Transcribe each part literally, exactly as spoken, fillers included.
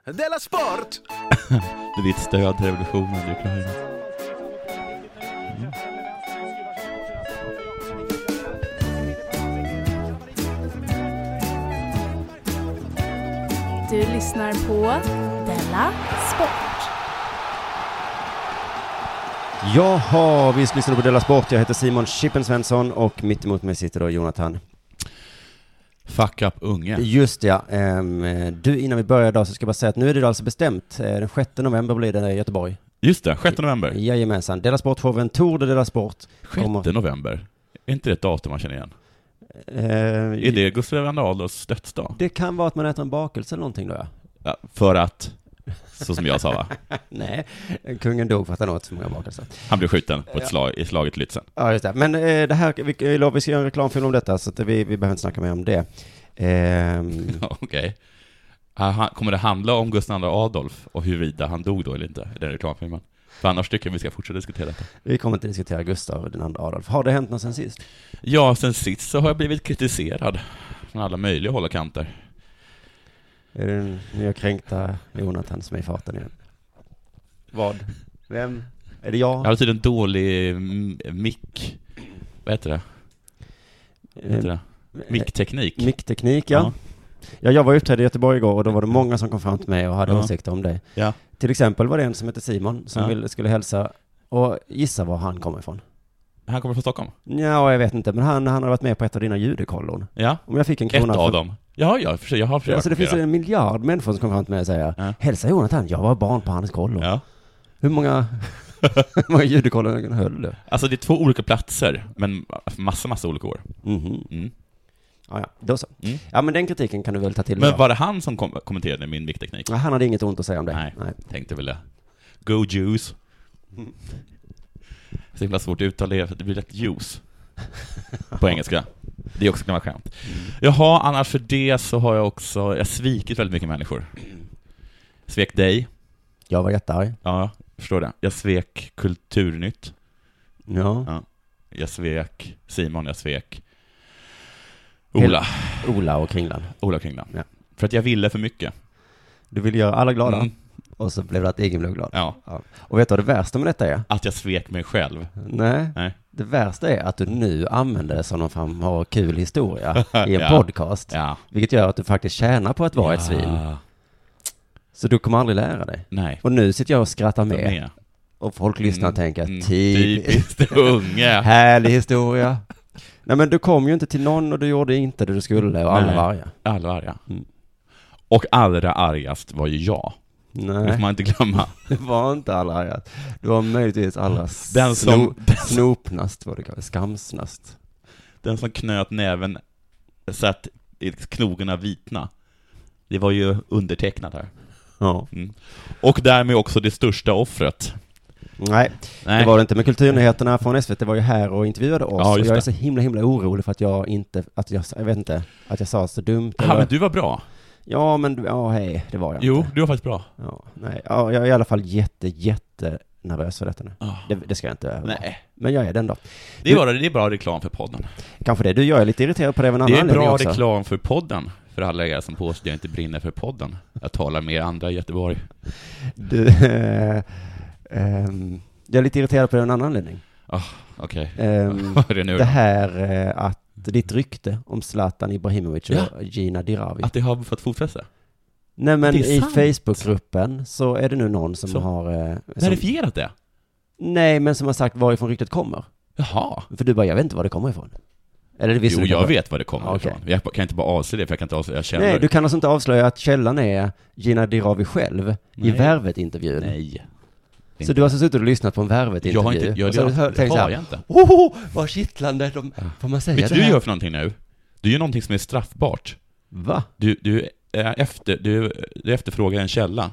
Della Sport! Det är ditt stöd till revolutionen i Ukraina. Mm. Du lyssnar på Della Sport. Jaha, vi lyssnar på Della Sport. Jag heter Simon Chippen Svensson och mitt emot mig sitter då Jonathan. Fuck up unge. Just ja. Um, du, innan vi börjar idag så ska jag bara säga att nu är det alltså bestämt. Den sjätte november blir det i Göteborg. Just det, sjätte november. Jajamensan. Della Sport-showen, Tour de Della Sport. sjätte kommer... november. Är inte det ett datum man känner igen? Uh, är det Gustav II Adolfs dödsdag? Det kan vara att man äter en bakelse eller någonting då, ja. Ja, för att, så som jag sa va? Nej, kungen dog för att han åt så många bakelser. Han blev skjuten på ett slag, i slaget Lützen. Ja, just det. Men eh, det här, vi, vi ska göra en reklamfilm om detta, så att vi, vi behöver inte snacka mer om det. Ehm... Okej. Okay. Kommer det handla om Gustav II Adolf och huruvida han dog då eller inte i den reklamfilmen? För annars tycker jag vi ska fortsätta diskutera detta. Vi kommer inte diskutera Gustav den andra Adolf. Har det hänt något sen sist? Ja, sen sist så har jag blivit kritiserad från alla möjliga håll och kanter. Är det den nya kränkta Jonathan som är i farten igen? Vad? Vem? Är det jag? Jag har tydligen dålig mick. Vad heter det? Vad heter det? Mickteknik. Mickteknik, ja. ja. Ja, jag var uppträdd i Göteborg igår och då var det många som kom fram till mig och hade ja. åsikter om det. Ja. Till exempel var det en som heter Simon som ja. ville, skulle hälsa och gissa var han kommer ifrån. Han kommer från Stockholm? Ja, jag vet inte, men han, han har varit med på ett av dina judekollon. Ja. Om jag fick en krona ett av för... dem. Ja, ja, för jag har försökt. Alltså det finns en miljard människor som kommer fram till mig och säger ja. hälsa Jonathan, jag var barn på hans kollon. Ja. Hur många, hur många judekollon höll du? Alltså det är två olika platser, men massa, massa olika år. Mhm. Mm. Ja, ja, då så. Mm. Ja, men den kritiken kan du väl ta till. Men då. var det han som kom- kommenterade min mickteknik? Ja, han hade inget ont att säga om det. Nej, Nej. tänkte väl det. Go juice. Mm. Så himla svårt att uttala det, för det blir rätt juice på engelska. Det är också kan vara skämt. Mm. Jaha, annars för det så har jag också jag har svikit väldigt mycket människor. Svek dig. Jag var jättearg. Ja, förstår det. Jag svek Kulturnytt. Ja. ja. Jag svek Simon, jag svek Ola. Hel- Ola och Kringland. Ola och Kringland. Ja. För att jag ville för mycket. Du ville göra alla glada. Mm. Och så blev det att egen blev glad. Ja. ja. Och vet du vad det värsta med detta är? Att jag svek mig själv. Nej. Nej. Det värsta är att du nu använder det som någon fan har kul historia i en ja. podcast. Ja. Vilket gör att du faktiskt tjänar på att vara ja. ett svin. Så du kommer aldrig lära dig. Nej. Och nu sitter jag och skrattar med. med. Och folk lyssnar och tänker, mm. typiskt unga. Härlig historia. Nej, men du kom ju inte till någon och du gjorde inte det du skulle och alla Nej. var arga. Alla var arga. Mm. Och allra argast var ju jag. Nej. Det får man inte glömma. Det var inte alla argast. Det var möjligtvis allra den som, sno, snopnast, vad det kallas, skamsnast. Den som knöt näven så att knogarna vitna. Det var ju undertecknat här. Ja. Mm. Och därmed också det största offret. Nej, Nej, det var det inte. Men Kulturnyheterna från S V T var ju här och intervjuade oss. Ja, och jag är så himla himla orolig för att jag inte, att jag, jag vet inte, att jag sa så dumt. Ja, men du var bra. Ja, men ja, hej, det var jag jo, inte. Jo, du var faktiskt bra. Ja, nej, ja, jag är i alla fall jätte, jätte nervös för detta nu. Oh. Det, det ska jag inte öva. Nej. Men jag är den då. Det är, bara, det är bra reklam för podden. Kanske det. Du, jag är lite irriterad på det även annan Det är bra också. reklam för podden. För alla er som påstår att jag inte brinner för podden. Jag talar med andra i Göteborg. Du, äh, äh, jag är lite irriterad på en annan anledning. Oh, okej. Okay. Ähm, Vad är det nu då? Det här äh, att ditt rykte om Zlatan Ibrahimovic ja. och Gina Dirawi. Att det har fått fotfäste? Nej, men i Facebookgruppen så är det nu någon som så. har... Äh, verifierat det? Nej, men som har sagt varifrån ryktet kommer. Jaha. För du bara, jag vet inte var det kommer ifrån. Eller det jo, jag vet var det kommer okay. ifrån. Jag kan inte bara avslöja det, för jag kan inte avslöja, jag känner... Nej, du kan alltså inte avslöja att källan är Gina Dirawi själv Nej. i Värvet-intervjun. Nej. Så du har alltså suttit och lyssnat på en Värvet-intervju? Jag har inte, jag, jag, jag, jag, har jag jag inte. Oh, vad kittlande, de, får man säga vet det du här? gör för någonting nu? Du gör någonting som är straffbart. Va? Du, du, är efter, du, du efterfrågar en källa.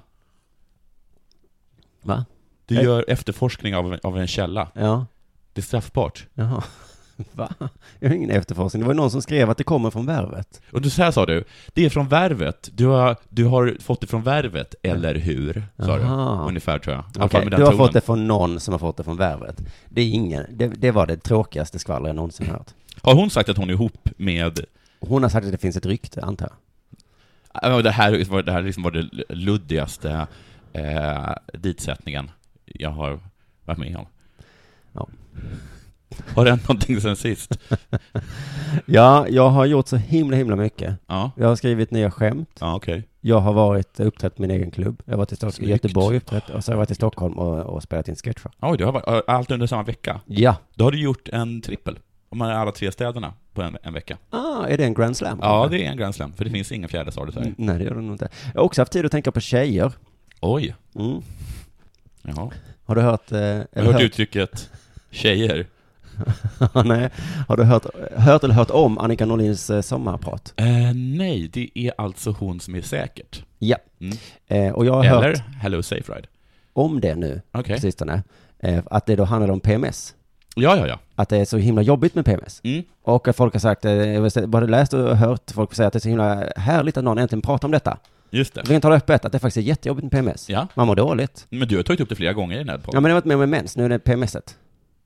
Va? Du jag... gör efterforskning av, av en källa. Ja. Det är straffbart. Jaha. Va? Jag har ingen efterforskning. Det var någon som skrev att det kommer från Värvet. Och du så här sa du, det är från Värvet. Du har, du har fått det från Värvet, eller hur? Sa du. Ungefär, tror jag. Okay. Du har tonen. fått det från någon som har fått det från Värvet. Det är ingen, det, det var det tråkigaste skvallret jag någonsin hört. Har hon sagt att hon är ihop med... Hon har sagt att det finns ett rykte, antar jag. Det här var det, här liksom var det luddigaste eh, ditsättningen jag har varit med om. Ja. Har det hänt någonting sen sist? Ja, jag har gjort så himla himla mycket. Ja. Jag har skrivit nya skämt. Ja, okej. Okay. Jag har varit uppträtt min egen klubb. Jag har varit i Stockholm, Göteborg uppträtt, och så har jag varit i Stockholm och, och spelat in sketcher. Oj, du har varit allt under samma vecka? Ja. Då har du gjort en trippel. Om man är alla tre städerna på en, en vecka. Ah, är det en Grand Slam? Ja, det är en Grand Slam, för det finns ingen fjärde stad så här. Nej, det gör det nog inte. Jag har också haft tid att tänka på tjejer. Oj. Mm. Jaha. Har du hört... Eh, jag har hört, hört uttrycket tjejer. Nej. Har du hört, hört eller hört om Annika Norlins eh, sommarprat? Eh, nej, det är alltså hon som är säkert. Ja. Mm. Eh, och jag har eller hört Hello Safe Ride. Om det nu, okay. på sistone. Eh, att det då handlar om P M S. Ja, ja, ja. Att det är så himla jobbigt med P M S. Mm. Och att folk har sagt, jag har både läst och hört folk säga att det är så himla härligt att någon äntligen pratar om detta. Just det. Vi kan tala öppet att det faktiskt är jättejobbigt med P M S. Ja. Man mår dåligt. Men du har tagit upp det flera gånger i den här podden. Ja, men det har varit med med mens, nu är det P M S-et.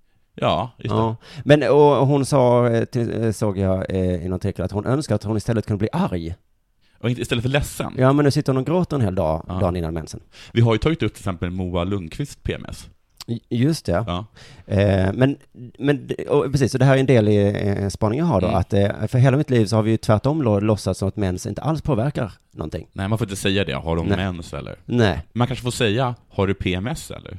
Ja, just det. Ja. Men och hon sa, till, såg jag i en artikel, att hon önskar att hon istället kunde bli arg. Och inte istället för ledsen. Ja, men nu sitter hon och gråter en hel dag, ja. dagen innan mensen. Vi har ju tagit upp till exempel Moa Lundqvist P M S. Just det. Ja. Eh, men, men och precis, så det här är en del i en spaning jag har då, mm. att eh, för hela mitt liv så har vi ju tvärtom låtsats som att mens inte alls påverkar någonting. Nej, man får inte säga det. Har de Nej. mens eller? Nej. Man kanske får säga, har du P M S eller?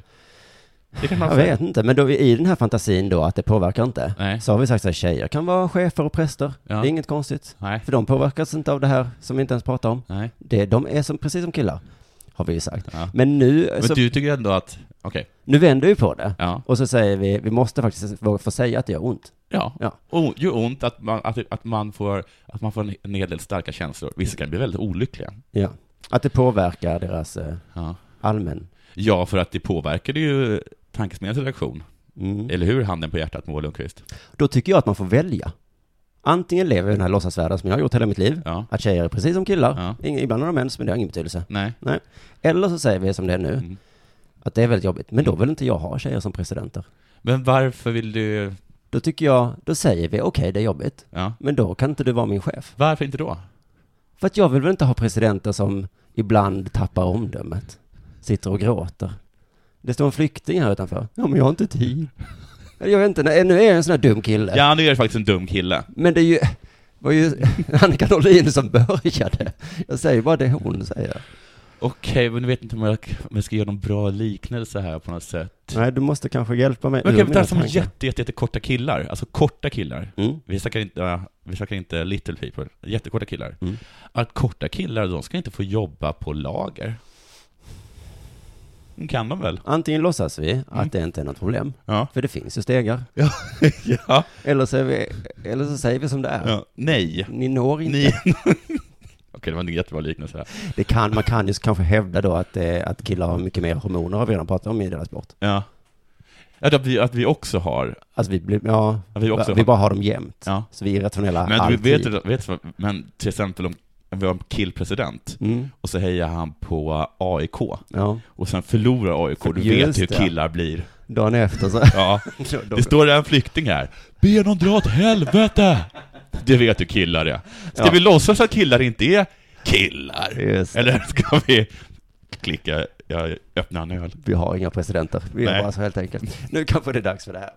Det kan man jag säga. vet inte, men då i den här fantasin då att det påverkar inte. Nej. Så har vi sagt att tjejer kan vara chefer och präster. Ja. Det är inget konstigt. Nej. För de påverkas inte av det här som vi inte ens pratar om. Nej. Det, de är som, precis som killar, har vi ju sagt. Ja. Men nu... Men så, du tycker ändå att, okej. Okay. Nu vänder vi på det. Ja. Och så säger vi, vi måste faktiskt få säga att det gör ont. Ja, ja. Och gör ont att man, att, att, man får, att man får en hel del starka känslor. Vissa kan bli väldigt olyckliga. Ja, att det påverkar deras eh, ja. allmän. Ja, för att det påverkar ju Tankesmedjans redaktion. Mm. Eller hur, handen på hjärtat, Moa Lundqvist? Då tycker jag att man får välja. Antingen lever i den här låtsasvärlden som jag har gjort hela mitt liv. Ja. Att tjejer är precis som killar. Ja. Ibland har de mens, men det har ingen betydelse. Nej. Nej. Eller så säger vi som det är nu. Mm. Att det är väldigt jobbigt. Men då mm. vill inte jag ha tjejer som presidenter. Men varför vill du... Då tycker jag, då säger vi okej, okay, det är jobbigt. Ja. Men då kan inte du vara min chef. Varför inte då? För att jag vill väl inte ha presidenter som ibland tappar omdömet. Sitter och gråter. Det står en flykting här utanför. Ja, men jag har inte tid. Jag vet inte, nu är jag en sån här dum kille. Ja, nu är det faktiskt en dum kille. Men det är ju, var ju Annika Norlin som började. Jag säger bara det hon säger. Okej, men jag vet inte om jag, om jag ska göra någon bra liknelse här på något sätt. Nej, du måste kanske hjälpa mig. Men kan vi ta som jätte, jätte, jätte korta killar. Alltså korta killar. Mm. Vi snackar inte, vi snackar inte little people. Jättekorta killar. Mm. Att korta killar, de ska inte få jobba på lager. Kan de väl? Antingen låtsas vi mm. att det inte är något problem. Ja. För det finns ju stegar. Ja. ja. Eller, så är vi, eller så säger vi som det är. Ja. Nej. Ni når inte. Ni... Okej, det var en jättebra liknelse här. Det kan, man kan ju kanske hävda då att, eh, att killar har mycket mer hormoner, har vi redan pratat om i deras sport. Ja. Ja, att vi, att vi också har... Alltså vi, blir, ja, att vi, också vi har... bara har dem jämt. Ja. Så vi är rationella men alltid. Vet du, vet du, men till exempel om vi har en killpresident mm. och så hejar han på A I K ja. och sen förlorar A I K, du vet hur killar blir. Dagen efter så... Ja, det står en flykting här. Be någon dra åt helvete! Det vet du killar är. Ska ja. vi låtsas att killar inte är killar? Eller ska vi klicka, jag öppnar en öl? Vi har inga presidenter, vi är bara så helt enkelt. Nu kanske det är dags för det här.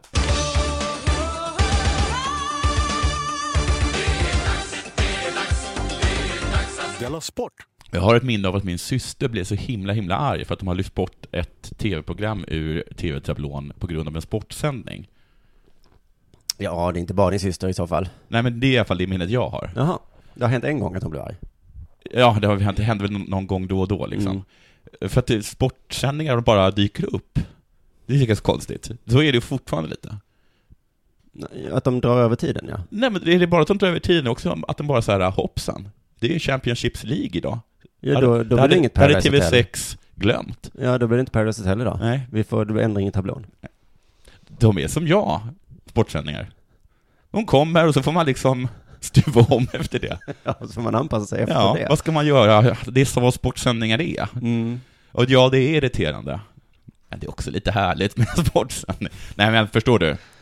Della Sport. Jag har ett minne av att min syster blev så himla himla arg för att de har lyft bort ett tv-program ur tv-tablån på grund av en sportsändning. Ja, det är inte bara din syster i så fall. Nej, men det är i alla fall det minnet jag har. Jaha, det har hänt en gång att de blev arg. Ja, det har hänt, det händer väl någon gång då och då liksom. Mm. För att det, sportsändningar bara dyker upp. Det är lika så konstigt. Så är det fortfarande lite. Att de drar över tiden, ja. Nej, men det är bara att de drar över tiden också, att de bara så här hoppsan. Det är Championships League idag. Ja, då, då blir det inget Paradise Hotel. T V sex glömt. Ja, då blir det inte Paradise Hotel idag. Nej. Vi får ändring i tablån. De är som jag, sportsändningar. De kommer och så får man liksom stuva om efter det. Ja, så får man anpassa sig efter ja, det. Vad ska man göra? Det är så sportsändningar är. Mm. Och ja, det är irriterande. Men det är också lite härligt med sportsändningar. Nej, men förstår du?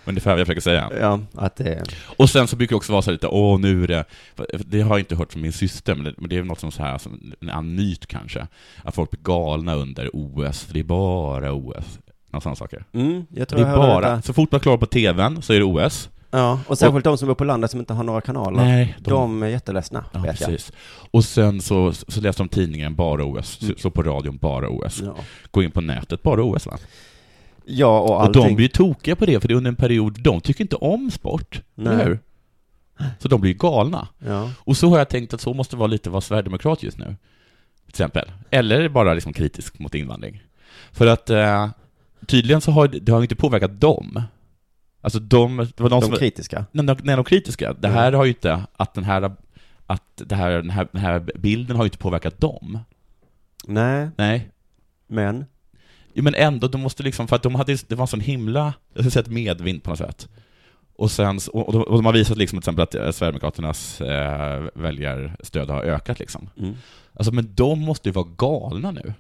ungefär vad jag försöker säga. Ja, att det... Och sen så brukar det också vara så lite, åh nu är det, det har jag inte hört från min syster, men det, men det är något som så här, som en myt kanske, att folk blir galna under O S, för det är bara O S. Några sådana saker. Mm, jag tror det är jag bara, det. så fort man klarar på tvn så är det O S. Ja, och särskilt och, de som bor på landet som inte har några kanaler. Nej, de, de är jätteledsna, ja, vet precis. Jag. Och sen så, så läste de tidningen bara O S, mm. så på radion bara O S. Ja. Gå in på nätet, bara O S va? Ja, och allting. Och de blir ju tokiga på det, för det är under en period, de tycker inte om sport. Nej. Eller hur? Så de blir ju galna. Ja. Och så har jag tänkt att så måste vara lite vara Sverigedemokrat just nu. Till exempel. Eller bara liksom kritisk mot invandring. För att eh, tydligen så har det har inte påverkat dem. Alltså de, det var de, de som, kritiska. Nej, de, nej, de kritiska. Det här mm. har ju inte, att den här, att det här, den, här, den här bilden har ju inte påverkat dem. Nej. Nej. Men? Jo, men ändå, de måste liksom, för att de hade, det var en sån himla, jag ska säga ett medvind på något sätt. Och sen, och de, och de har visat liksom till exempel att eh, Sverigedemokraternas eh, väljarstöd har ökat liksom. Mm. Alltså, men de måste ju vara galna nu.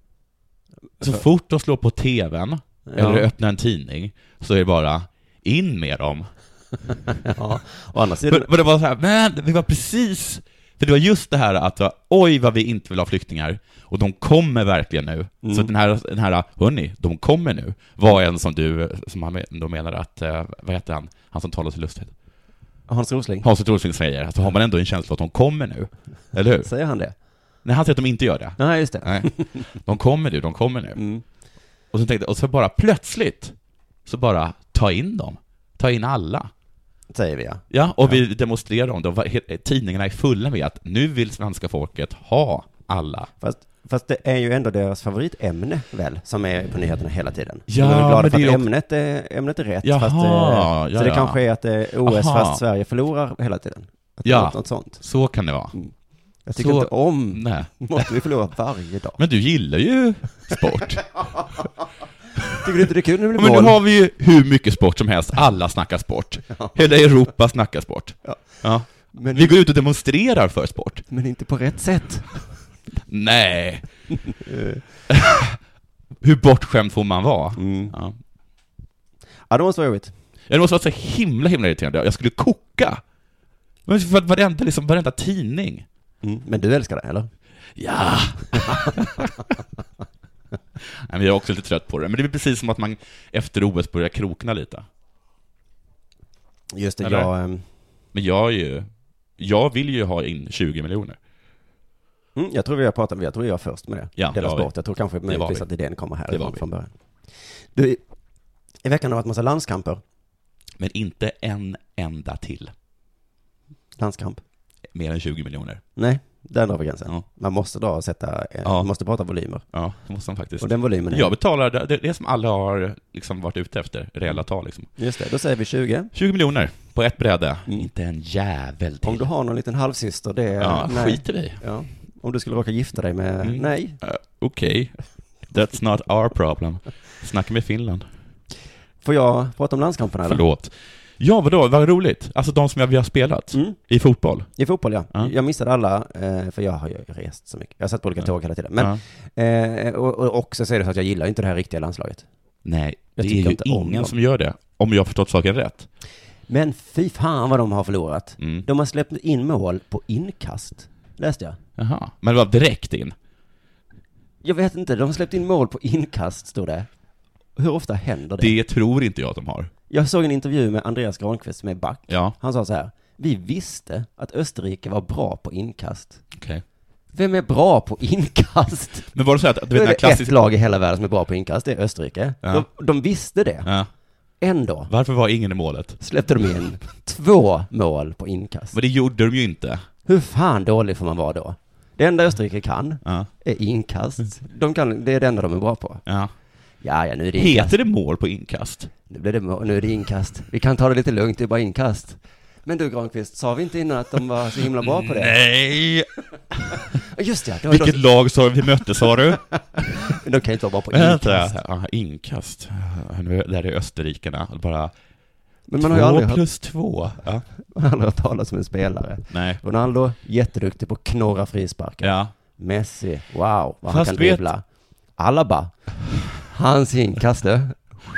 Så för... fort de slår på tvn ja. eller öppnar en tidning så är det bara in med dem. Ja, och annars är det... Men det var så här, men vi var precis, för det var just det här att oj vad vi inte vill ha flyktingar och de kommer verkligen nu. Mm. Så den här, den här, hörni, de kommer nu var en som du, som han då menar att, vad heter han, han som talar så lustigt. Hans Rosling. Hans Rosling säger, alltså har man ändå en känsla att de kommer nu, eller hur? Säger han det? Nej, han säger att de inte gör det. Nej, just det. Nej. De kommer nu, de kommer nu. Mm. Och så tänkte och så bara plötsligt så bara ta in dem. Ta in alla. Säger vi, ja. Ja, och ja. vi demonstrerar dem. De var, tidningarna är fulla med att nu vill svenska folket ha alla. Fast, fast det är ju ändå deras favoritämne, väl, som är på nyheterna hela tiden. Ja, de är glada men för det att är ämnet är, ämnet är rätt. Jaha, fast det, ja, så det ja. kanske är att det är O S Aha. fast Sverige förlorar hela tiden. Att det ja, något sånt. Så kan det vara. Mm. Jag tycker så, inte om. Nej. Måste vi förlora varje dag. Men du gillar ju sport. Tycker du inte det är kul när det blir Men mål? nu har vi ju hur mycket sport som helst. Alla snackar sport. Ja. Hela Europa snackar sport. Ja. Ja. Men vi går ut och demonstrerar för sport. Men inte på rätt sätt. Nej. Hur bortskämd får man vara? Mm. Ja. Ja, det måste vara jobbigt. Ja, det måste vara så himla, himla irriterande. Jag skulle koka. Men för varenda, liksom, varenda tidning. Mm. Men du älskar det, eller? Ja. Nej, men jag är också lite trött på det. Men det är precis som att man efter O S börjar krokna lite. Just det, eller? jag... Ähm... Men jag är ju... Jag vill ju ha in tjugo miljoner. Mm, jag tror vi har pratat med, jag tror jag var först med det. Ja, Dela sport. Jag tror kanske möjligtvis att idén kommer här från, från början. Du, i veckan har det varit massa landskamper. Men inte en enda till. Landskamp? Mer än tjugo miljoner. Nej, där drar vi gränsen. Ja. Man måste dra och sätta, ja. man måste prata volymer. Ja, det måste man faktiskt. Och den volymen är... Jag betalar det, det som alla har liksom varit ute efter, reella tal liksom. Just det, då säger vi tjugo. tjugo miljoner på ett bräde. Mm. Inte en jävel till. Om du har någon liten halvsyster, det är... Ja, nej. skiter vi. Ja. Om du skulle råka gifta dig med... Mm. Nej. Uh, Okej. Okay. That's not our problem. Snacka med Finland. Får jag prata om landskamperna eller? Förlåt. Ja, vadå? Vad roligt. Alltså de som vi har spelat. Mm. I fotboll. I fotboll, ja. ja. Jag missade alla, för jag har ju rest så mycket. Jag har satt på olika ja. tåg hela tiden. Men, ja. eh, och, och också så är det så att jag gillar inte det här riktiga landslaget. Nej, jag det är ju ingen som gör det. Om jag har förstått saken rätt. Men fy fan vad de har förlorat. Mm. De har släppt in mål på inkast. Läste jag. Jaha, men det var direkt in. Jag vet inte, de har släppt in mål på inkast, står det. Hur ofta händer det? Det tror inte jag att de har. Jag såg en intervju med Andreas Granqvist som är back. Ja. Han sa så här: vi visste att Österrike var bra på inkast. Okej. Okay. Vem är bra på inkast? Men var det så att du vet, det är klassisk... ett lag i hela världen som är bra på inkast, det är Österrike. Ja. De, de visste det. Ja. Ändå. Varför var ingen i målet? Släppte de in två mål på inkast. Men det gjorde de ju inte. Hur fan dålig får man vara då? Det enda Österrike kan ja. är inkast. De kan, det är det enda de är bra på. Ja. Ja, ja, nu är det inkast. Heter det mål på inkast? Nu, blir det, nu är det inkast. Vi kan ta det lite lugnt, det är bara inkast. Men du Granqvist, sa vi inte innan att de var så himla bra på det? Nej! Just det. det Vilket då... lag sa vi mötte, sa du? De kan inte vara bra på inkast. Ja, inkast. Där är Österrikerna. Bara men man två har ju aldrig plus hört... två. Ja. Man har aldrig hört talas om en spelare. Nej. Ronaldo, jätteduktig på knorra frisparkar. Ja. Messi, wow, vad Fast han kan dribbla. Vet... Alaba, hans inkast.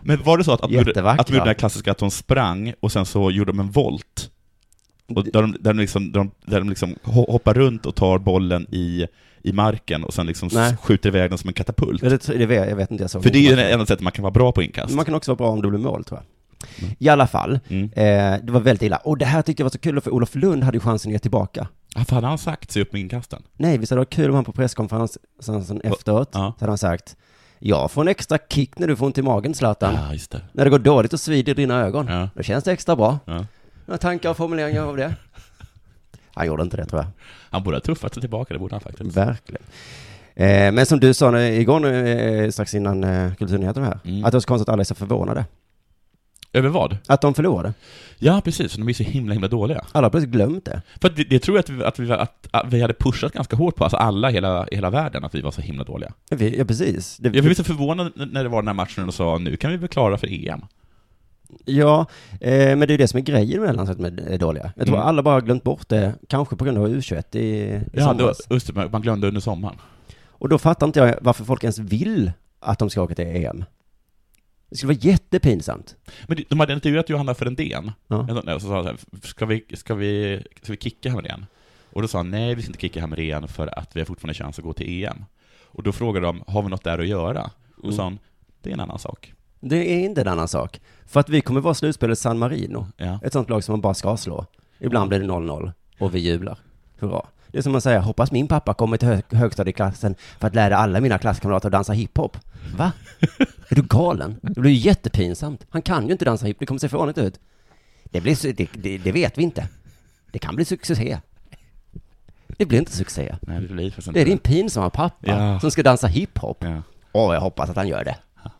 Men var det så att, att, de gjorde, Jättevackra. att de gjorde den här klassiska att de sprang och sen så gjorde de en volt? Och där de, där de, liksom, där de, där de liksom hoppar runt och tar bollen i, i marken och sen liksom Nej. skjuter iväg den som en katapult. Ja, det, det vet, jag vet inte, jag såg För det är ju det det enda sättet man kan vara bra på inkast. Man kan också vara bra om det blir mål, tror jag. Mm. I alla fall, Mm. eh, det var väldigt illa. Och det här tyckte jag var så kul, för Olof Lund hade ju chansen att ge tillbaka. Varför hade han sagt sig upp med inkasten? Nej, visst hade det varit kul om han på presskonferensen efteråt, Ja. så hade han sagt, jag får en extra kick när du får ont i magen, Zlatan. Ja, just det. När det går dåligt och svider i dina ögon. Ja. Då känns det extra bra. Ja. Några tankar och formuleringar av det? Han gjorde inte det, tror jag. Han borde ha tuffat sig tillbaka, det borde han faktiskt. Verkligen. Eh, men som du sa när, igår, eh, strax innan eh, Kulturnyheterna här, Mm. att det var så konstigt att alla är så förvånade. Över vad? Att de förlorade. Ja, precis. De är så himla, himla dåliga. Alla har plötsligt glömt det. För att det, det tror jag att vi, att, vi, att, att vi hade pushat ganska hårt på, alltså alla i hela, hela världen, att vi var så himla dåliga. Ja, vi, ja precis. Det, Jag blev så förvånad när det var den här matchen och sa, nu kan vi väl klara för E M. Ja, eh, men det är ju det som är grejen med landslaget med är dåliga. Jag tror Mm. alla bara har glömt bort det, kanske på grund av U tjugoett i, i Ja, då, somras. just det, man glömde under sommaren. Och då fattar inte jag varför folk ens vill att de ska åka till E M. Det skulle vara jättepinsamt. Men de hade intervjuat Johanna Frändén. Ja. Och så sa de så här, ska vi, ska vi, ska vi kicka Hamrén? Och då sa han, nej vi ska inte kicka Hamrén för att vi har fortfarande chans att gå till E M. Och då frågade de, har vi något där att göra? Och Mm. sa han, det är en annan sak. Det är inte en annan sak. För att vi kommer vara slutspelet San Marino. Ja. Ett sånt lag som man bara ska slå. Ibland blir det noll noll och vi jublar. Hurra. Det är som man säger, hoppas min pappa kommer till hö- högstadieklassen för att lära alla mina klasskamrater att dansa hiphop. Va? Är du galen? Det blir ju jättepinsamt. Han kan ju inte dansa hiphop, det kommer se fånigt ut. Det, blir, su- det, det, det vet vi inte. Det kan bli succé. Det blir inte succé. Nej, det blir faktiskt inte. Det är din pinsamma pappa Ja. som ska dansa hiphop. Ja. Åh, jag hoppas att han gör det.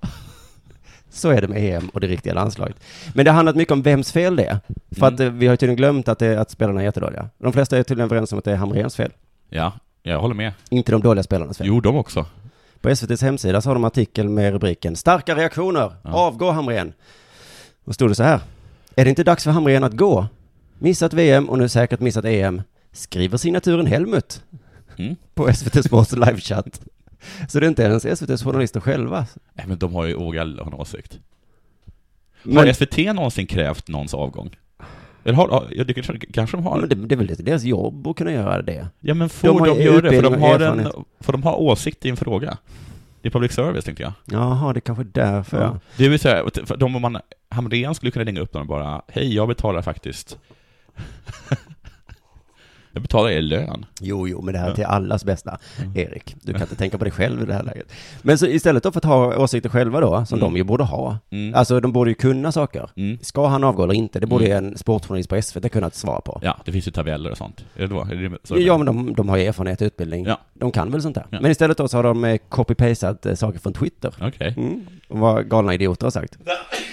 Så är det med E M och det riktiga landslaget. Men det har handlat mycket om vems fel det är. För Mm. att eh, vi har ju tydligen glömt att, det, att spelarna är jättedåliga. De flesta är tydligen överens om att det är Hamréns fel. Ja, jag håller med. Inte de dåliga spelarnas fel. Jo, de också. På S V T:s hemsida så har de en artikel med rubriken Starka reaktioner, Ja. avgå Hamrén. Och stod det så här. Är det inte dags för Hamrén att gå? Missat V M och nu säkert missat E M. Skriver signaturen Helmut Mm. på S V T Sports livechatt. Så det är inte ens S V T:s journalister själva. Nej, men de har ju Ågal har en åsikt. Har Men, S V T någonsin krävt någons avgång? Eller har, ja, det kanske, kanske de har. men det, det är väl lite deras jobb att kunna göra det. Ja, men De får har de, ju göra det? För utbildning de, och har en, erfarenhet. för de har åsikt i en fråga. Det är public service, tänkte jag. Jaha, det är kanske därför. Ja. Det vill säga, för de, om man, Hamrén skulle kunna ringa upp dem och bara, hej, jag betalar faktiskt. Jag betalar er lön. Jo, jo, men det här är Ja. till allas bästa. Mm. Erik, du kan inte tänka på dig själv i det här läget. Men så istället då för att ha åsikter själva då, som Mm. de ju borde ha. Mm. Alltså, de borde ju kunna saker. Mm. Ska han avgå eller inte? Det borde ju Mm. en sportjournalist på S V T kunna svara på. Ja, det finns ju tabeller och sånt. Är det då? Är det så? Ja, men de, de har ju erfarenhet och utbildning. Ja. De kan väl sånt där. Ja. Men istället då så har de eh, copy-pastat eh, saker från Twitter. Okej. Mm. Och vad galna idioter har sagt.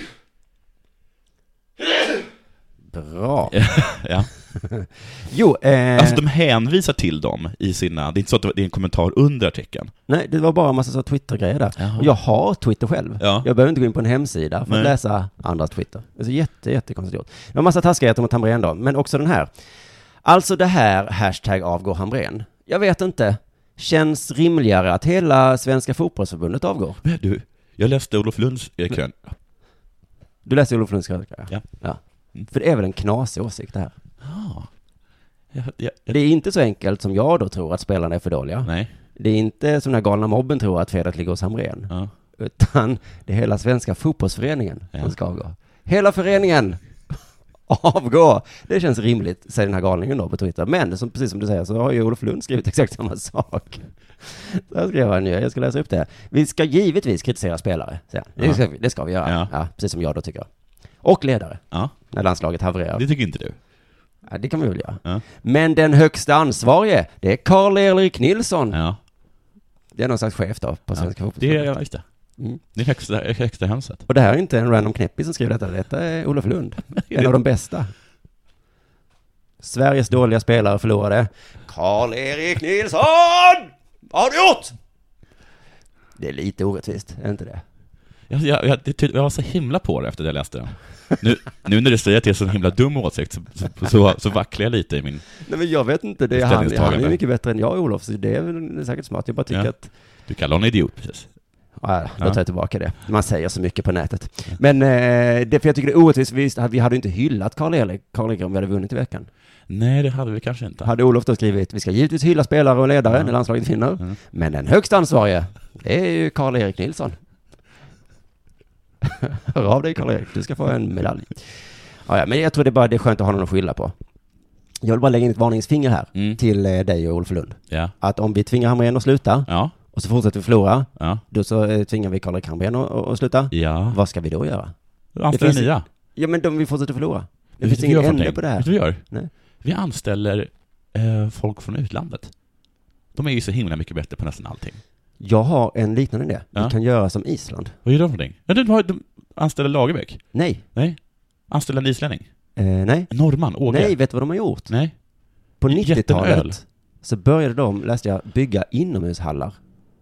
Bra. Ja. Jo, eh, Alltså de hänvisar till dem i sina, det är inte så att det är en kommentar under artikeln. nej, det var bara en massa så Twitter-grejer där. Jaha. Och jag har Twitter själv. Ja. Jag behöver inte gå in på en hemsida för Nej. att läsa andras Twitter. Det är så jätte, jättekonstigt gjort. Det var en massa taskigheter mot Hamrén då, men också den här. Alltså det här, hashtag avgår Hamrén. Jag vet inte. Känns rimligare att hela Svenska fotbollsförbundet avgår. Men du, jag läste Olof Lunds eh, krön. Du läser Olof Lunds krönika? Ja. ja. Mm. För det är väl en knasig åsikt det här. Ja. Ja, ja, ja. Det är inte så enkelt som jag då tror att spelarna är för dåliga. Nej. Det är inte som den här galna mobben tror att felet ligger hos Hamrén. Ja. Utan det är hela Svenska fotbollsföreningen Ja. som ska avgå. Hela föreningen avgå! Det känns rimligt, säger den här galningen då på Twitter. Men som, precis som du säger så har ju Olof Lund skrivit exakt samma sak. Så här skrev han ju, jag ska läsa upp det. Vi ska givetvis kritisera spelare, säger han. Det ska, vi- det ska vi göra. Ja. Ja, precis som jag då tycker. Och ledare, Ja, när landslaget havererar. det tycker inte du. Ja, det kan vi väl göra. Ja. Men den högsta ansvarige, det är Karl-Erik Nilsson. Ja. Det är någon slags chef då på Svenska Det är, fotbollsförbundet. ja, just det. Mm. Det är högsta, högsta hönset. Och det här är inte en random knäppis som skriver detta, detta är Olof Lund. En av de bästa. Sveriges dåliga spelare förlorade. Karl-Erik Nilsson! Vad har du gjort? Det är lite orättvist, är inte det? Jag, jag, jag, det- jag var så himla på det efter det jag läste den. Nu, nu när du säger att det är så himla dum åsikt så, så, så, så vacklar jag lite i min... Nej men jag vet inte, det är han, han är Ställningstagande. mycket bättre än jag Olof, så det är väl säkert smart. Jag bara tycker Ja. att Du kallar honom idiot, precis. Ja, då Ja. tar jag tillbaka det. Man säger så mycket på nätet. Men eh, det, för jag tycker det är orättvist. Vi, vi hade inte hyllat Karl-Erik Karl om vi hade vunnit i veckan. Nej, det hade vi kanske inte. Hade Olof då skrivit, vi ska givetvis hylla spelare och ledare Ja. när landslaget vinner. Mm. Men den högsta ansvarige, det är ju Karl-Erik Nilsson. Hör av dig Karl-Erik, du ska få en medalj. Ja, ja, men jag tror det är bara det är skönt att ha någon att skylla på. Jag vill bara lägga in ett varningsfinger här Mm. till eh, dig och Olof Lund. Ja. Att om vi tvingar Hamrén att sluta Ja. och så fortsätter vi förlora, Ja. då så eh, tvingar vi Karl-Erik Hamrén att, att sluta. Ja. Vad ska vi då göra? Anställer finns- nya. Ja, men de vi fortsätter förlora. Det Vet finns du ingen vad vi gör för ände någonting? på det här. Vet du vad vi gör? Nej. Vi anställer eh, folk från utlandet. De är ju så himla mycket bättre på nästan allting. Jag har en liknande idé. Ja. Vi kan göra som Island. Vad gör de för någonting? Ja, de, har, de anställer Lagerbäck. Nej. Nej. Anställer en islänning. Eh, nej. En norrman. Åge. Nej, vet du vad de har gjort? Nej. På Jätteöl. nittiotalet så började de, läste jag, bygga inomhushallar.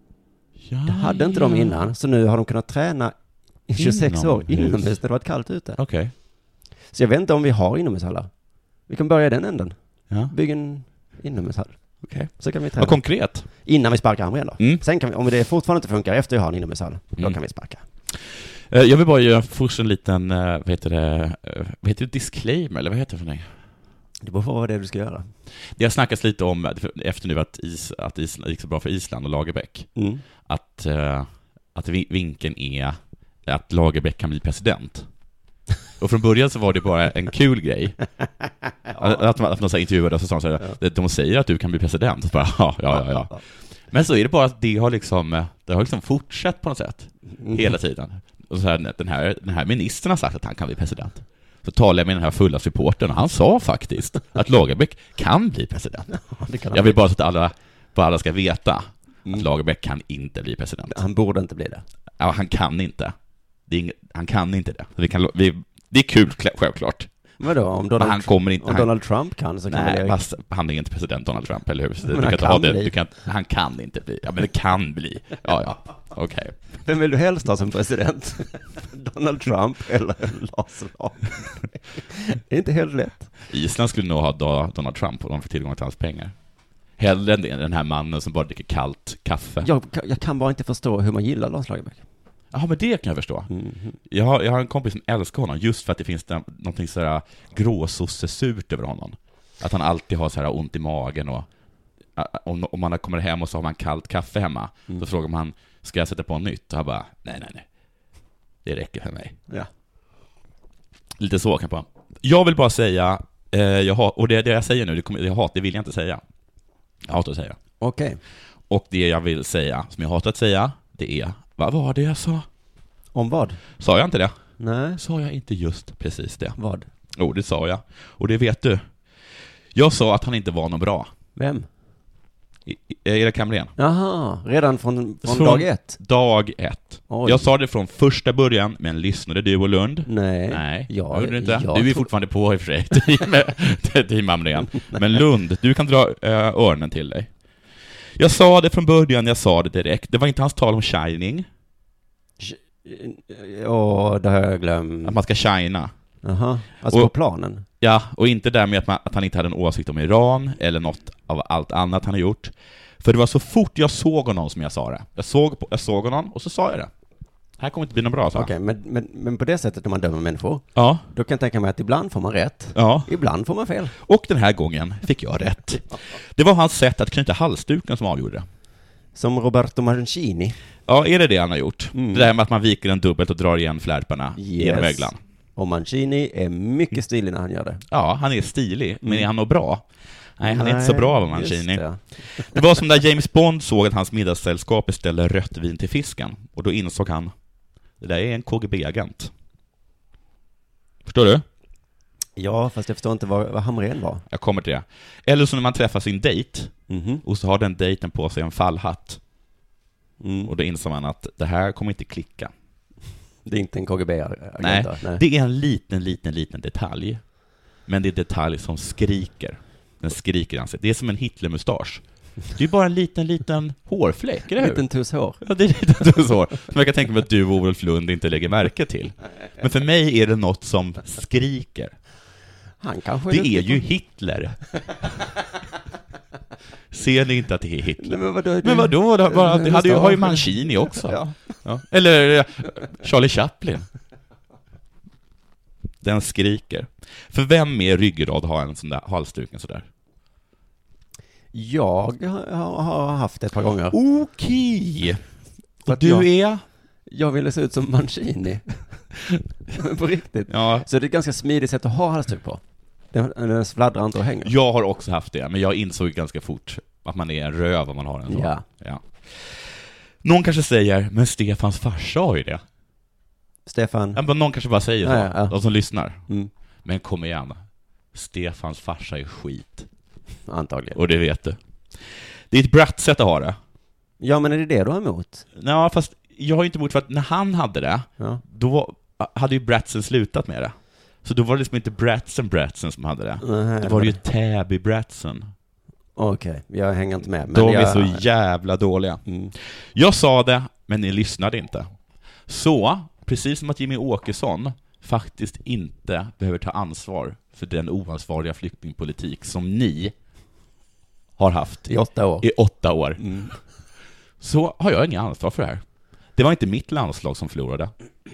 Ja, Det hade inte de innan, så nu har de kunnat träna i tjugosex år Inomhus. inomhus när det varit kallt ute. Okej. Så jag vet inte om vi har inomhushallar. Vi kan börja i den änden. Ja. Bygga en inomhushall. Okej. Så kan vi Vad träna. konkret. Innan vi sparkar Hamrén då. Mm. Sen kan vi, om det fortfarande inte funkar efter jag har en inomhushall, då Mm. kan vi sparka. Eh, Jag vill bara göra först en liten, eh, vad heter det, eh, vad heter det, disclaimer, eller vad heter det för någonting? Det beror på vad det är du ska göra. Det har snackats lite om, eh, efter nu att, is, att Island gick så bra för Island och Lagerbäck, Mm. att, eh, att vi- vinkeln är att Lagerbäck kan bli president. Och från början så var det bara en kul grej. Att, att, man, att man så här intervjuade och så sa de så här, Ja. de säger att du kan bli president. Så bara, ja, ja, ja, ja. Men så är det bara att det har liksom, eh, det har liksom fortsatt på något sätt. Mm. Hela tiden. Och så här, den, här, den här ministern har sagt att han kan bli president. Så talade jag med den här fulla supporten och han sa faktiskt att Lagerbäck kan bli president. Det kan han Jag vill bli. bara så att alla, bara alla ska veta Mm. att Lagerbäck kan inte bli president. Han borde inte bli det. Ja, han kan inte. Det är ing, han kan inte det. Vi kan, vi, det är kul, självklart. Vadå? Om Men Donald, han kommer inte... om Han, Donald Trump kan så kan nej, väl fast han är inte president Donald Trump, eller hur? Så Men du han kan inte kan ha det, bli. du kan, han kan inte bli. Ja, men det kan bli. Ja, ja. Okej. Vem vill du helst ha som president? Donald Trump eller Lars Lagerbäck? Det är inte helt lätt. Island skulle nog ha Da- Donald Trump och de får tillgång till hans pengar. Hellre än det- den här mannen som bara dricker kallt kaffe. Ja, Jag, jag kan bara inte förstå hur man gillar Lars Lagerbäck. men det kan jag förstå. Mm. Jag har, jag har en kompis som älskar honom just för att det finns där, någonting sådär gråsossesurt över honom. Att han alltid har så här ont i magen och ä, om, om man kommer hem och så har man kallt kaffe hemma, Mm. så frågar man, ska jag sätta på nytt? Och han bara, nej, nej, nej. Det räcker för mig. Ja. Lite så kan jag på. Jag vill bara säga, eh, jag har, och det, det jag säger nu, det, kommer, jag hat, det vill jag inte säga. Jag hatar att säga. Okej. Och det jag vill säga, som jag hatar att säga, det är, vad var det jag sa? Om vad? Sa jag inte det? Nej. Sa jag inte just precis det? Vad? Jo, det sa jag. Och det vet du. Jag sa att han inte var någon bra. Vem? I- I- Erik Hamrén. Jaha, redan från, från Från- dag ett? Dag ett. Oj. Jag sa det från första början, men lyssnade du och Lund? Nej. Nej, jag, gjorde du inte. jag Du är tror- fortfarande på i och för sig, team, team Hamrén. Men Lund, du kan dra äh, öronen till dig. Jag sa det från början, jag sa det direkt. Det var inte hans tal om shining, Åh, det har jag glömt. att man ska shina. Jaha, alltså Och- på planen? Ja, och inte där med att, man, att han inte hade en åsikt om Iran eller något av allt annat han har gjort. För det var så fort jag såg honom som jag sa det. Jag såg, på, jag såg honom och så sa jag det. Här kommer inte bli något bra, så. Okej, men, men, men på det sättet när man dömer människor, Ja, då kan jag tänka mig att ibland får man rätt, ja. ibland får man fel. Och den här gången fick jag rätt. Det var hans sätt att knyta halsduken som avgjorde det. Som Roberto Mancini. Ja, är det det han har gjort? Mm. Det där med att man viker den dubbelt och drar igen flärparna genom Yes. öglan. Och Mancini är mycket stilig när han gör det. Ja, han är stilig, men Mm. är han nog bra? Nej, han är inte så bra av Mancini. just Det. det. var som när James Bond såg att hans middagssällskap beställde rött vin till fisken. Och då insåg han, det där är en K G B-agent. Förstår du? Ja, fast jag förstår inte vad, vad Hamrén var. Jag kommer till det. Eller så när man träffar sin dejt, Mhm. och så har den dejten på sig en fallhatt. Mm. Och då inser man att det här kommer inte klicka. Det är inte en K G B-agent. Nej, då? Nej. det är en liten, liten, liten detalj. Men det är en detalj som skriker. Den skriker i ansiktet. Det är som en Hitlermustasch. Det är bara en liten, liten hårfläck, eller En hur? liten tuss hår. Ja, det är lite så. Som jag kan tänka mig att du och Olof Lund inte lägger märke till. Men för mig är det något som skriker. Han kanske Det duktig är ju på- Hitler. Ser ni inte att det är Hitler? Nej, men vadå? Men vadå? Det, bara, det hade ju, har ju Mancini också. Ja. Ja. Eller Charlie Chaplin. Den skriker. För vem med ryggrad har en sån där halsduken sådär? Jag har, har haft ett par gånger. Okej. För Och att du jag- är? Jag ville se ut som Mancini. Men på riktigt. Ja. Så det är ett ganska smidigt sätt att ha halsduk på. Den, den fladdrar inte och hänger. Jag har också haft det, men jag insåg ganska fort att man är en röv om man har en så. Ja. Ja. Någon kanske säger, men Stefans farsa har ju det. Stefan. Ja, men någon kanske bara säger så, Ja, ja, ja. de som lyssnar. Mm, Men kom igen, Stefans farsa är skit. antagligen. Och det vet du. Det är ett bratt-sätt att ha det. Ja, men är det det du har emot? Ja, fast jag har ju inte emot för att när han hade det, Ja. då hade ju Bratsen slutat med det. Så då var det liksom inte Bratsen Bratsen som hade det. Nej, Det var ju Täby Bratsen. Okej, jag hänger inte med. Men De jag... är så jävla dåliga. Mm. Jag sa det, men ni lyssnade inte. Så, precis som att Jimmy Åkesson faktiskt inte behöver ta ansvar för den oansvariga flyktingpolitik som ni har haft I åtta år. i åtta år, Mm. så har jag ingen ansvar för det här. Det var inte mitt landslag som förlorade.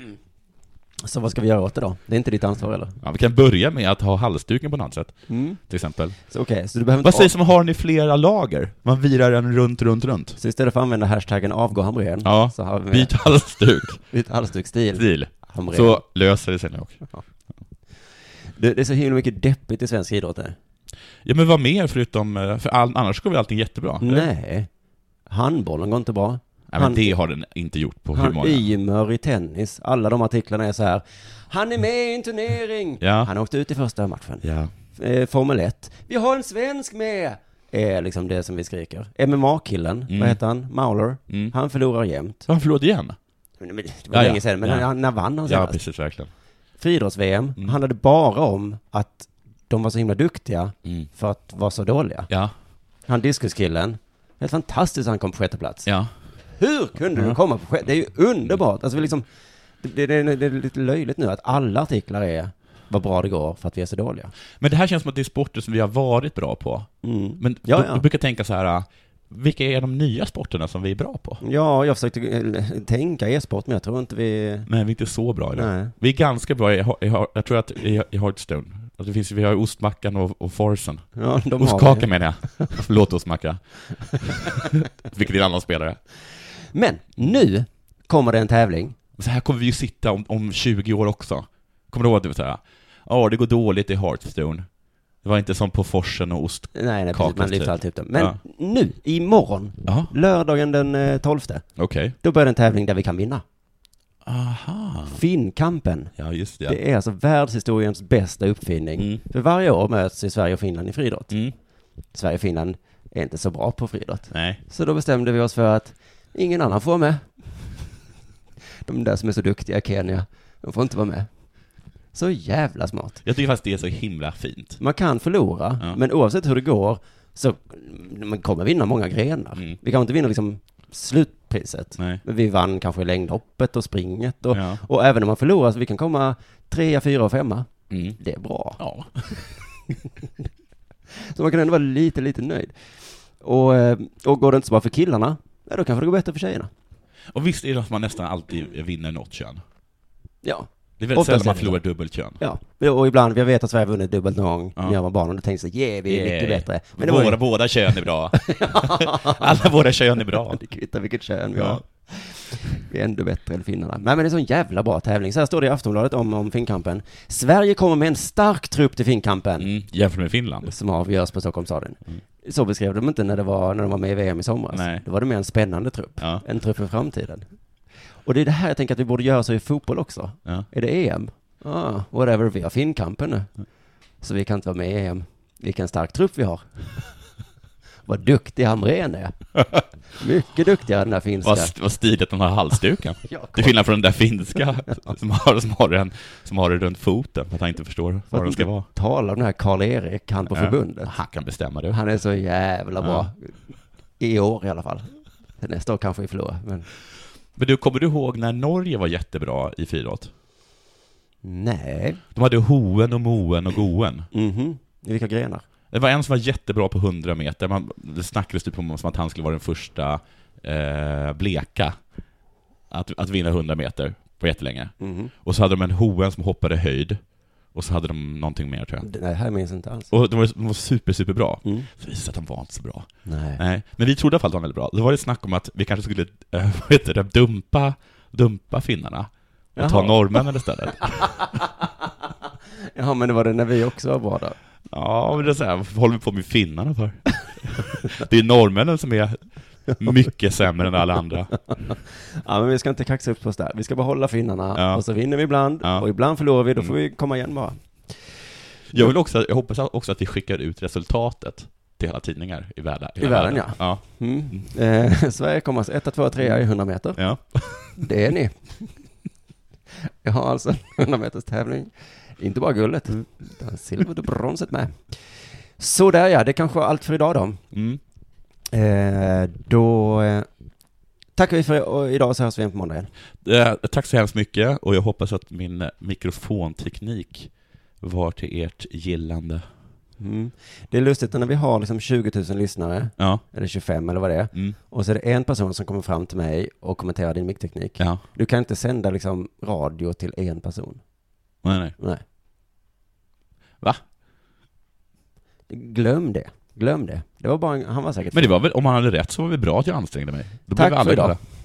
Så vad ska vi göra åt det då? Det är inte ditt ansvar eller? Ja, vi kan börja med att ha halsduken på något sätt, Mm. till exempel. Så okej, så du behöver Vad inte... sägs om har ni flera lager? Man virar den runt, runt, runt. Så istället för att använda hashtaggen avgå Hamrén, Ja, så har vi byt halsduk. byt halsduksstil. Stil. Hamrén. Så löser det sig nu också. Det, det är så himla mycket deppigt i svensk idrott där. Ja, men vad mer förutom, för all, annars går väl allting jättebra? eller? Nej. Handbollen går inte bra. Nej, men Han- det har den inte gjort på hur Han många. Ymer i tennis. Alla de artiklarna är så här. Han är med i en turnering. Ja. Han åkte ut i första matchen. Ja. Eh, Formel ett. Vi har en svensk med. Är liksom det som vi skriker. M M A-killen, Mm. vad heter han? Mauler. Mm. Han förlorar jämt. Han förlorade igen. Men Det var Ja, ja. länge sedan, men Ja. han, när vann han Ja, senast? precis, verkligen. Friidrotts-V M Mm. handlade bara om att de var så himla duktiga Mm. för att vara så dåliga. Ja. Han diskuskillen, helt fantastiskt han kom på sjätte plats. Ja. Hur kunde Ja. du komma på sjätte? Det är ju underbart. Alltså vi liksom, det, det, det, det är lite löjligt nu att alla artiklar är vad bra det går för att vi är så dåliga. Men det här känns som att det är sporter som vi har varit bra på. Mm. Men Ja, då, ja. då brukar jag tänka så här, vilka är de nya sporterna som vi är bra på? Ja, jag försökte eh, tänka e-sport, men jag tror inte vi... Men vi är inte så bra i det. Nej. Vi är ganska bra i, i, i jag tror att i, i Hearthstone. Alltså det finns, vi har ostmackan och, och forsen. Ja, de Ostkaka har menar jag. Förlåt ostmacka. Vilket är en annan spelare. Men nu kommer det en tävling. Så här kommer vi ju sitta om, om tjugo år också. Kommer du ihåg att du säga? Ja, det går dåligt i Hearthstone. Det var inte som på forsen och ost. Nej, nej, precis, Kakas man lyfter typ. alltid upp dem. Men Ja. nu, imorgon, Ja, lördagen den eh, tolfte, okej. då börjar en tävling där vi kan vinna. Aha. Finnkampen. Ja, just det. Det är alltså världshistoriens bästa uppfinning. Mm. För varje år möts i Sverige och Finland i friidrott. Mm. Sverige och Finland är inte så bra på friidrott. Nej. Så då bestämde vi oss för att ingen annan får vara med. De där som är så duktiga i Kenya, de får inte vara med. Så jävla smart. Jag tycker faktiskt det är så himla fint. Man kan förlora, Ja. men oavsett hur det går så man kommer vinna många grenar. Mm. Vi kan inte vinna liksom slutpriset. Nej. Men vi vann kanske längdhoppet och springet. Och, Ja. och även om man förlorar så vi kan komma trea, fyra och femma. Mm. Det är bra. Ja. Så man kan ändå vara lite, lite nöjd. Och, eh, och går det inte så bra för killarna, ja, då kanske det går bättre för tjejerna. Och visst är det att man nästan alltid vinner något kön. Ja. Det är väldigt Oftast sällan man är det förlorar dubbelt kön. Ja, och ibland, jag vet att Sverige har vunnit dubbelt någon gång Ja. när jag var barn och då tänkte jag, yeah, vi är Yeah. mycket bättre. Men det våra, var ju, båda kön är bra. Alla våra kön är bra. det kvittar vilket kön vi Ja. har. Vi är ändå bättre än finnarna. Nej, men det är en sån jävla bra tävling. Så här står det i Aftonbladet om, om Finnkampen. Sverige kommer med en stark trupp till Finnkampen. Mm, jämfört med Finland. Som avgörs på Stockholmsstadion. Mm. Så beskrev de inte när, det var, när de var med i V M i somras. Nej. Då var det mer en spännande trupp. Ja. En trupp för framtiden. Och det är det här jag tänker att vi borde göra så i fotboll också. Ja. Är det E M? Ah, whatever, vi har Finnkampen nu. Så vi kan inte vara med i E M. Vilken stark trupp vi har. Vad duktig Hamrén är. Mycket duktigare än den där finska. Vad, vad stiligt den har halsduken. Ja, Till skillnad från den där finska som har, som har, den, som har det runt foten för att han inte förstår vad den ska vara. Tala om den här Karl-Erik, han på Ja. förbundet. Han kan bestämma det. Han är så jävla bra. I år i alla fall. Nästa år kanske vi förlorar. Men Men du, kommer du ihåg när Norge var jättebra i friidrott? nej. De hade Hoen och Moen och Goen. Mhm. I vilka grenar? Det var en som var jättebra på hundra meter. Man, det snackades typ om som att han skulle vara den första eh, bleka att, att vinna hundra meter på jättelänge. Mm. Och så hade de en hoen som hoppade höjd. Och så hade de någonting mer, tror jag. Det här minns inte alls. Och de var, de var super, super bra. Mm. Så visade att de var inte så bra. Nej. Nej. Men vi trodde i alla fall att de var väldigt bra. Det var det snack om att vi kanske skulle äh, vad heter det, dumpa, dumpa finnarna. Och Jaha. ta norrmännen istället. Ja, men det var det när vi också var bra då. Ja, men det är så här, vad håller vi på med finnarna för? Det är norrmännen som är mycket sämre än alla andra. Ja, men vi ska inte kaxa upp på oss där. Vi ska bara hålla finnarna. Ja. Och så vinner vi ibland. Ja. Och ibland förlorar vi. Då får mm. vi komma igen bara. Jag vill också, jag hoppas också att vi skickar ut resultatet till hela tidningar i världen. I världen, ja. ja. Mm. Eh, Sverige kommer ett, två, tre i hundra meter. Ja. Det är ni. Jag har alltså en hundra meters tävling. Inte bara guldet. Mm. Silver och bronset med. Så där, ja. Det kanske var allt för idag då. Mm. Eh, då eh, tackar vi för och idag, så hörs vi igen på måndag igen. Eh, tack så hemskt mycket, och jag hoppas att min mikrofonteknik var till ert gillande. Mm. Det är lustigt när vi har liksom tjugo tusen lyssnare, ja. eller tjugofem eller vad det är, mm. och så är det en person som kommer fram till mig och kommenterar din mickteknik. Ja. Du kan inte sända liksom radio till en person. Nej, nej. nej. Va? Glöm det. Glöm det. Det var bara en, han var säkert. Men det var väl, om han hade rätt så var det bra att jag ansträngde mig. Då Tack blev vi alla för idag. glada.